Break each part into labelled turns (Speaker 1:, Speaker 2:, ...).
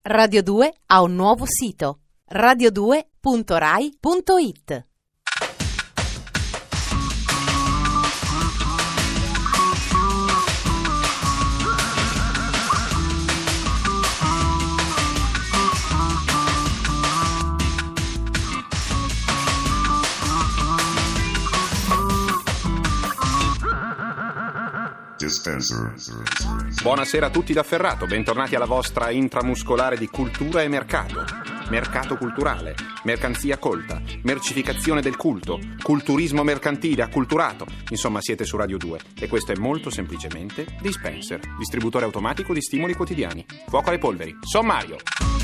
Speaker 1: Radio 2 ha un nuovo sito: radio2.rai.it.
Speaker 2: Buonasera a tutti da Ferrato, bentornati alla vostra intramuscolare di cultura e mercato. Mercato culturale, mercanzia colta, mercificazione del culto, culturismo mercantile acculturato. Insomma, siete su Radio 2 e questo è molto semplicemente Dispenser, distributore automatico di stimoli quotidiani. Fuoco alle polveri, sommario.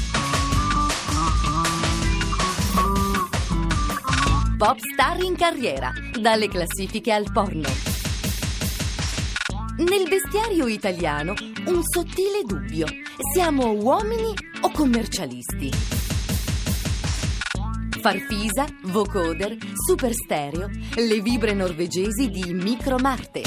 Speaker 1: Pop star in carriera, dalle classifiche al porno. Nel bestiario italiano un sottile dubbio: siamo uomini o commercialisti? Farfisa, vocoder, super stereo, le vibre norvegesi di Micro Marte.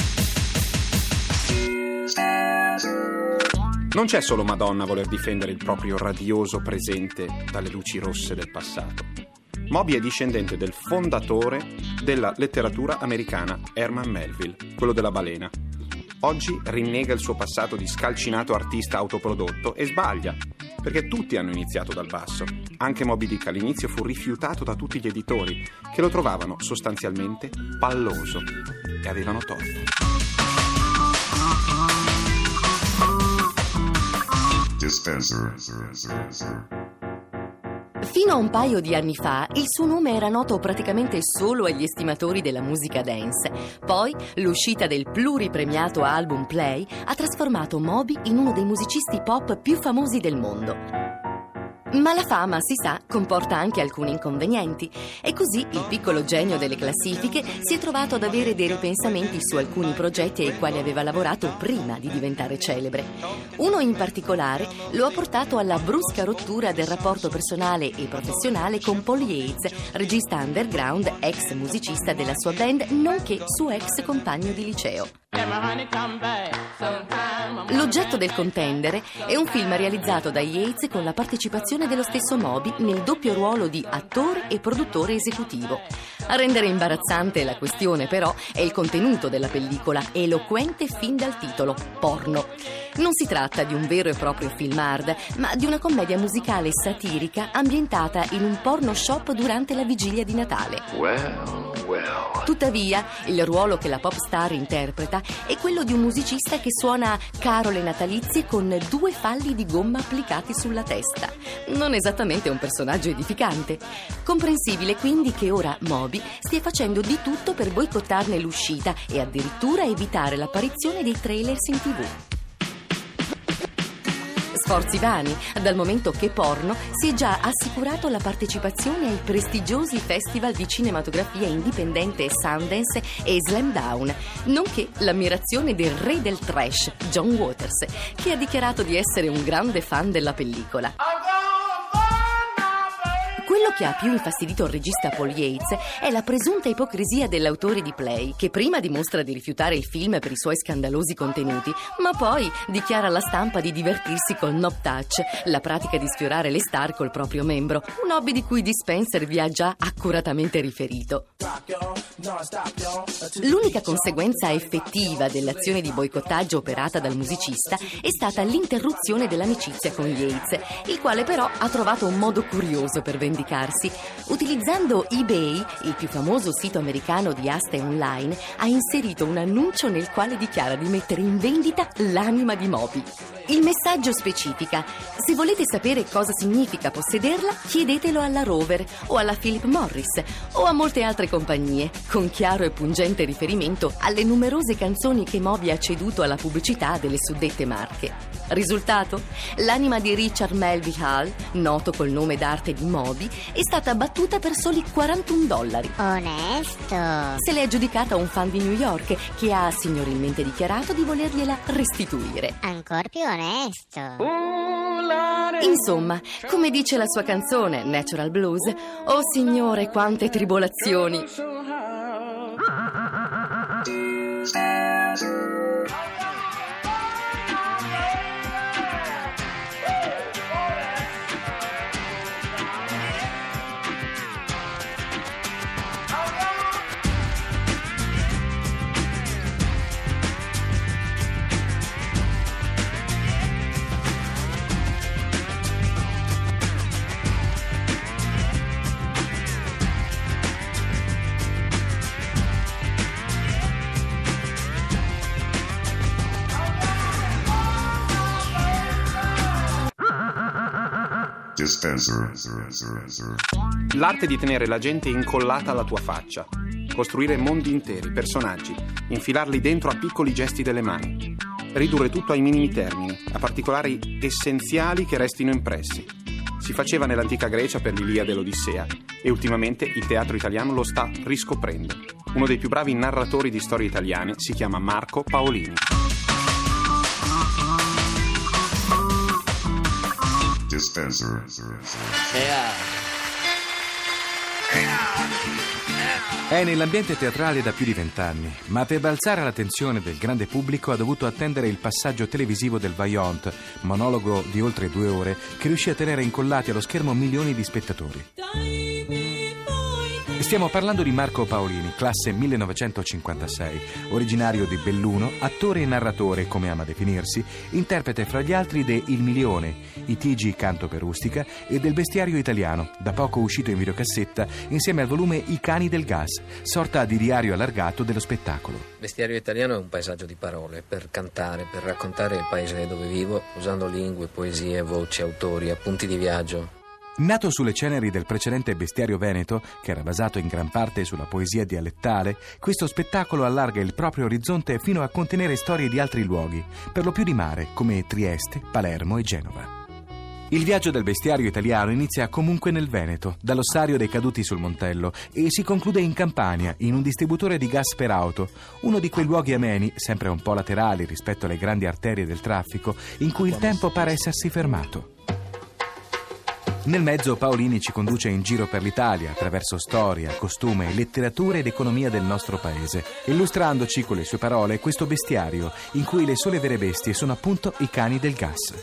Speaker 2: Non c'è solo Madonna a voler difendere il proprio radioso presente dalle luci rosse del passato. Moby è discendente del fondatore della letteratura americana, Herman Melville, quello della balena. Oggi rinnega il suo passato di scalcinato artista autoprodotto e sbaglia, perché tutti hanno iniziato dal basso. Anche Moby Dick all'inizio fu rifiutato da tutti gli editori, che lo trovavano sostanzialmente palloso, e avevano torto.
Speaker 1: Fino a un paio di anni fa il suo nome era noto praticamente solo agli estimatori della musica dance. Poi l'uscita del pluripremiato album Play ha trasformato Moby in uno dei musicisti pop più famosi del mondo. Ma la fama, si sa, comporta anche alcuni inconvenienti, e così il piccolo genio delle classifiche si è trovato ad avere dei ripensamenti su alcuni progetti ai quali aveva lavorato prima di diventare celebre. Uno in particolare lo ha portato alla brusca rottura del rapporto personale e professionale con Paul Yates, regista underground, ex musicista della sua band, nonché suo ex compagno di liceo. L'oggetto del contendere è un film realizzato da Yates con la partecipazione dello stesso Moby nel doppio ruolo di attore e produttore esecutivo. A rendere imbarazzante la questione, però, è il contenuto della pellicola, eloquente fin dal titolo: porno. Non si tratta di un vero e proprio film hard, ma di una commedia musicale satirica ambientata in un porno shop durante la vigilia di Natale. Tuttavia, il ruolo che la pop star interpreta è quello di un musicista che suona carole natalizie con 2 falli di gomma applicati sulla testa. Non esattamente un personaggio edificante. Comprensibile quindi che ora Moby stia facendo di tutto per boicottarne l'uscita e addirittura evitare l'apparizione dei trailers in TV. Sforzi vani, dal momento che Porno si è già assicurato la partecipazione ai prestigiosi festival di cinematografia indipendente Sundance e Slamdown, nonché l'ammirazione del re del trash, John Waters, che ha dichiarato di essere un grande fan della pellicola. Quello che ha più infastidito il regista Paul Yates è la presunta ipocrisia dell'autore di Play, che prima dimostra di rifiutare il film per i suoi scandalosi contenuti, ma poi dichiara alla stampa di divertirsi col knob touch, la pratica di sfiorare le star col proprio membro, un hobby di cui Dispenser vi ha già accuratamente riferito. L'unica conseguenza effettiva dell'azione di boicottaggio operata dal musicista è stata l'interruzione dell'amicizia con Yates, il quale però ha trovato un modo curioso per vendicarsi. Utilizzando eBay, il più famoso sito americano di aste online, ha inserito un annuncio nel quale dichiara di mettere in vendita l'anima di Moby. Il messaggio specifica: se volete sapere cosa significa possederla, chiedetelo alla Rover o alla Philip Morris o a molte altre compagnie, con chiaro e pungente riferimento alle numerose canzoni che Moby ha ceduto alla pubblicità delle suddette marche. Risultato? L'anima di Richard Melville Hall, noto col nome d'arte di Moby, è stata battuta per soli $41.
Speaker 3: Onesto.
Speaker 1: Se l'è aggiudicata un fan di New York che ha signorilmente dichiarato di volergliela restituire.
Speaker 3: Ancor più onesto.
Speaker 1: Insomma, come dice la sua canzone Natural Blues, oh signore, quante tribolazioni.
Speaker 2: L'arte di tenere la gente incollata alla tua faccia, costruire mondi interi, personaggi, infilarli dentro a piccoli gesti delle mani, ridurre tutto ai minimi termini, a particolari essenziali che restino impressi. Si faceva nell'antica Grecia per l'Iliade e l'Odissea e ultimamente il teatro italiano lo sta riscoprendo. Uno dei più bravi narratori di storie italiane si chiama Marco Paolini.
Speaker 4: È nell'ambiente teatrale da più di 20 anni, ma per balzare l'attenzione del grande pubblico ha dovuto attendere il passaggio televisivo del Vaillant, monologo di oltre 2 ore che riuscì a tenere incollati allo schermo milioni di spettatori. Stiamo parlando di Marco Paolini, classe 1956, originario di Belluno, attore e narratore, come ama definirsi, interprete fra gli altri de Il Milione, I Tigi Canto per Rustica e del Bestiario Italiano, da poco uscito in videocassetta insieme al volume I Cani del Gas, sorta di diario allargato dello spettacolo.
Speaker 5: Bestiario Italiano è un paesaggio di parole, per cantare, per raccontare il paese dove vivo, usando lingue, poesie, voci, autori, appunti di viaggio.
Speaker 4: Nato sulle ceneri del precedente Bestiario Veneto, che era basato in gran parte sulla poesia dialettale, questo spettacolo allarga il proprio orizzonte fino a contenere storie di altri luoghi, per lo più di mare, come Trieste, Palermo e Genova. Il viaggio del Bestiario Italiano inizia comunque nel Veneto, dall'ossario dei caduti sul Montello, e si conclude in Campania, in un distributore di gas per auto, uno di quei luoghi ameni, sempre un po' laterali rispetto alle grandi arterie del traffico, in cui il tempo pare essersi fermato. Nel mezzo Paolini ci conduce in giro per l'Italia attraverso storia, costume, letteratura ed economia del nostro paese, illustrandoci con le sue parole questo bestiario in cui le sole vere bestie sono appunto i cani del gas.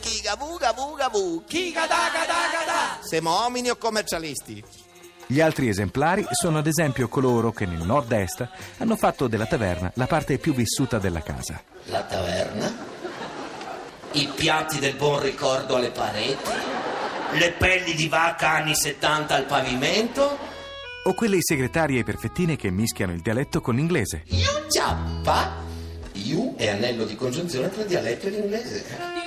Speaker 6: Siamo uomini o commercialisti?
Speaker 4: Gli altri esemplari sono ad esempio coloro che nel nord-est hanno fatto della taverna la parte più vissuta della casa.
Speaker 7: La taverna? I piatti del buon ricordo alle pareti? Le pelli di vacca anni 70 al pavimento?
Speaker 4: O quelle segretarie perfettine che mischiano il dialetto con l'inglese.
Speaker 7: Io ciappa. Io è anello di congiunzione tra il dialetto e l'inglese.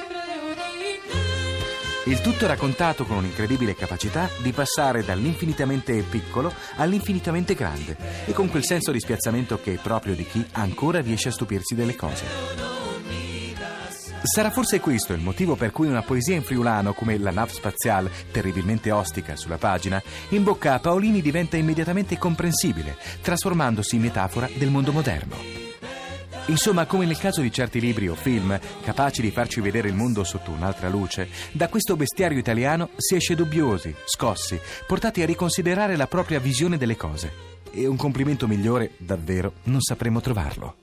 Speaker 4: Il tutto raccontato con un'incredibile capacità di passare dall'infinitamente piccolo all'infinitamente grande e con quel senso di spiazzamento che è proprio di chi ancora riesce a stupirsi delle cose. Sarà forse questo il motivo per cui una poesia in friulano come La Nave Spatiale, terribilmente ostica sulla pagina, in bocca a Paolini diventa immediatamente comprensibile, trasformandosi in metafora del mondo moderno. Insomma, come nel caso di certi libri o film, capaci di farci vedere il mondo sotto un'altra luce, da questo bestiario italiano si esce dubbiosi, scossi, portati a riconsiderare la propria visione delle cose. E un complimento migliore, davvero, non sapremo trovarlo.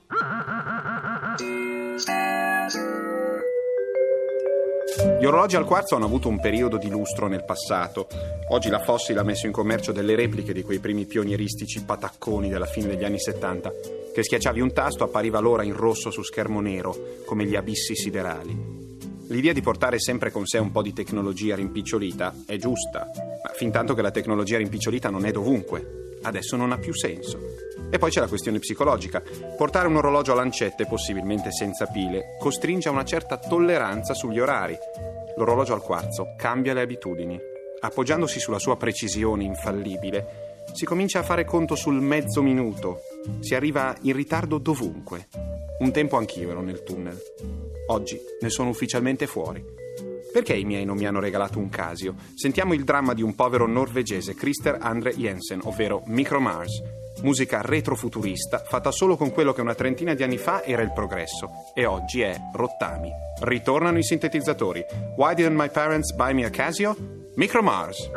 Speaker 2: Gli orologi al quarzo hanno avuto un periodo di lustro nel passato. Oggi la Fossil ha messo in commercio delle repliche di quei primi pionieristici patacconi della fine degli anni 70, che schiacciavi un tasto appariva l'ora in rosso su schermo nero, come gli abissi siderali. L'idea di portare sempre con sé un po' di tecnologia rimpicciolita è giusta, ma fintanto che la tecnologia rimpicciolita non è dovunque, adesso non ha più senso. E poi c'è la questione psicologica. Portare un orologio a lancette, possibilmente senza pile, costringe a una certa tolleranza sugli orari. L'orologio al quarzo cambia le abitudini. Appoggiandosi sulla sua precisione infallibile, si comincia a fare conto sul mezzo minuto. Si arriva in ritardo dovunque. Un tempo anch'io ero nel tunnel. Oggi ne sono ufficialmente fuori. Perché i miei non mi hanno regalato un Casio? Sentiamo il dramma di un povero norvegese, Christer Andre Jensen, ovvero Micro Mars. Musica retrofuturista fatta solo con quello che una trentina di anni fa era il progresso e oggi è rottami. Ritornano i sintetizzatori. Why didn't my parents buy me a Casio? Micro Mars.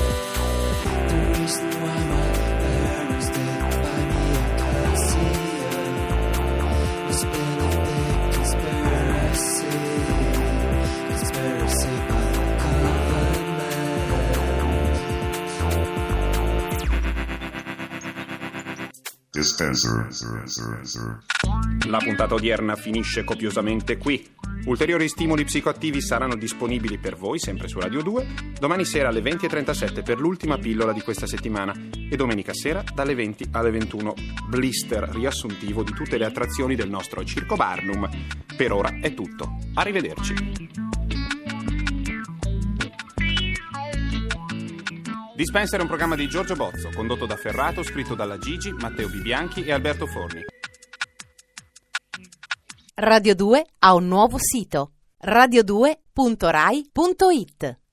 Speaker 8: Reason why my parents did buy me a Casio. Dispenser.
Speaker 2: La puntata odierna finisce copiosamente qui. Ulteriori stimoli psicoattivi saranno disponibili per voi sempre su Radio 2 domani sera alle 20:37 per l'ultima pillola di questa settimana e domenica sera dalle 20 alle 21 blister riassuntivo di tutte le attrazioni del nostro Circo Barnum. Per ora è tutto. Arrivederci. Dispenser è un programma di Giorgio Bozzo, condotto da Ferrato, scritto dalla Gigi, Matteo Bibianchi e Alberto Forni.
Speaker 9: Radio 2 ha un nuovo sito: radio2.rai.it.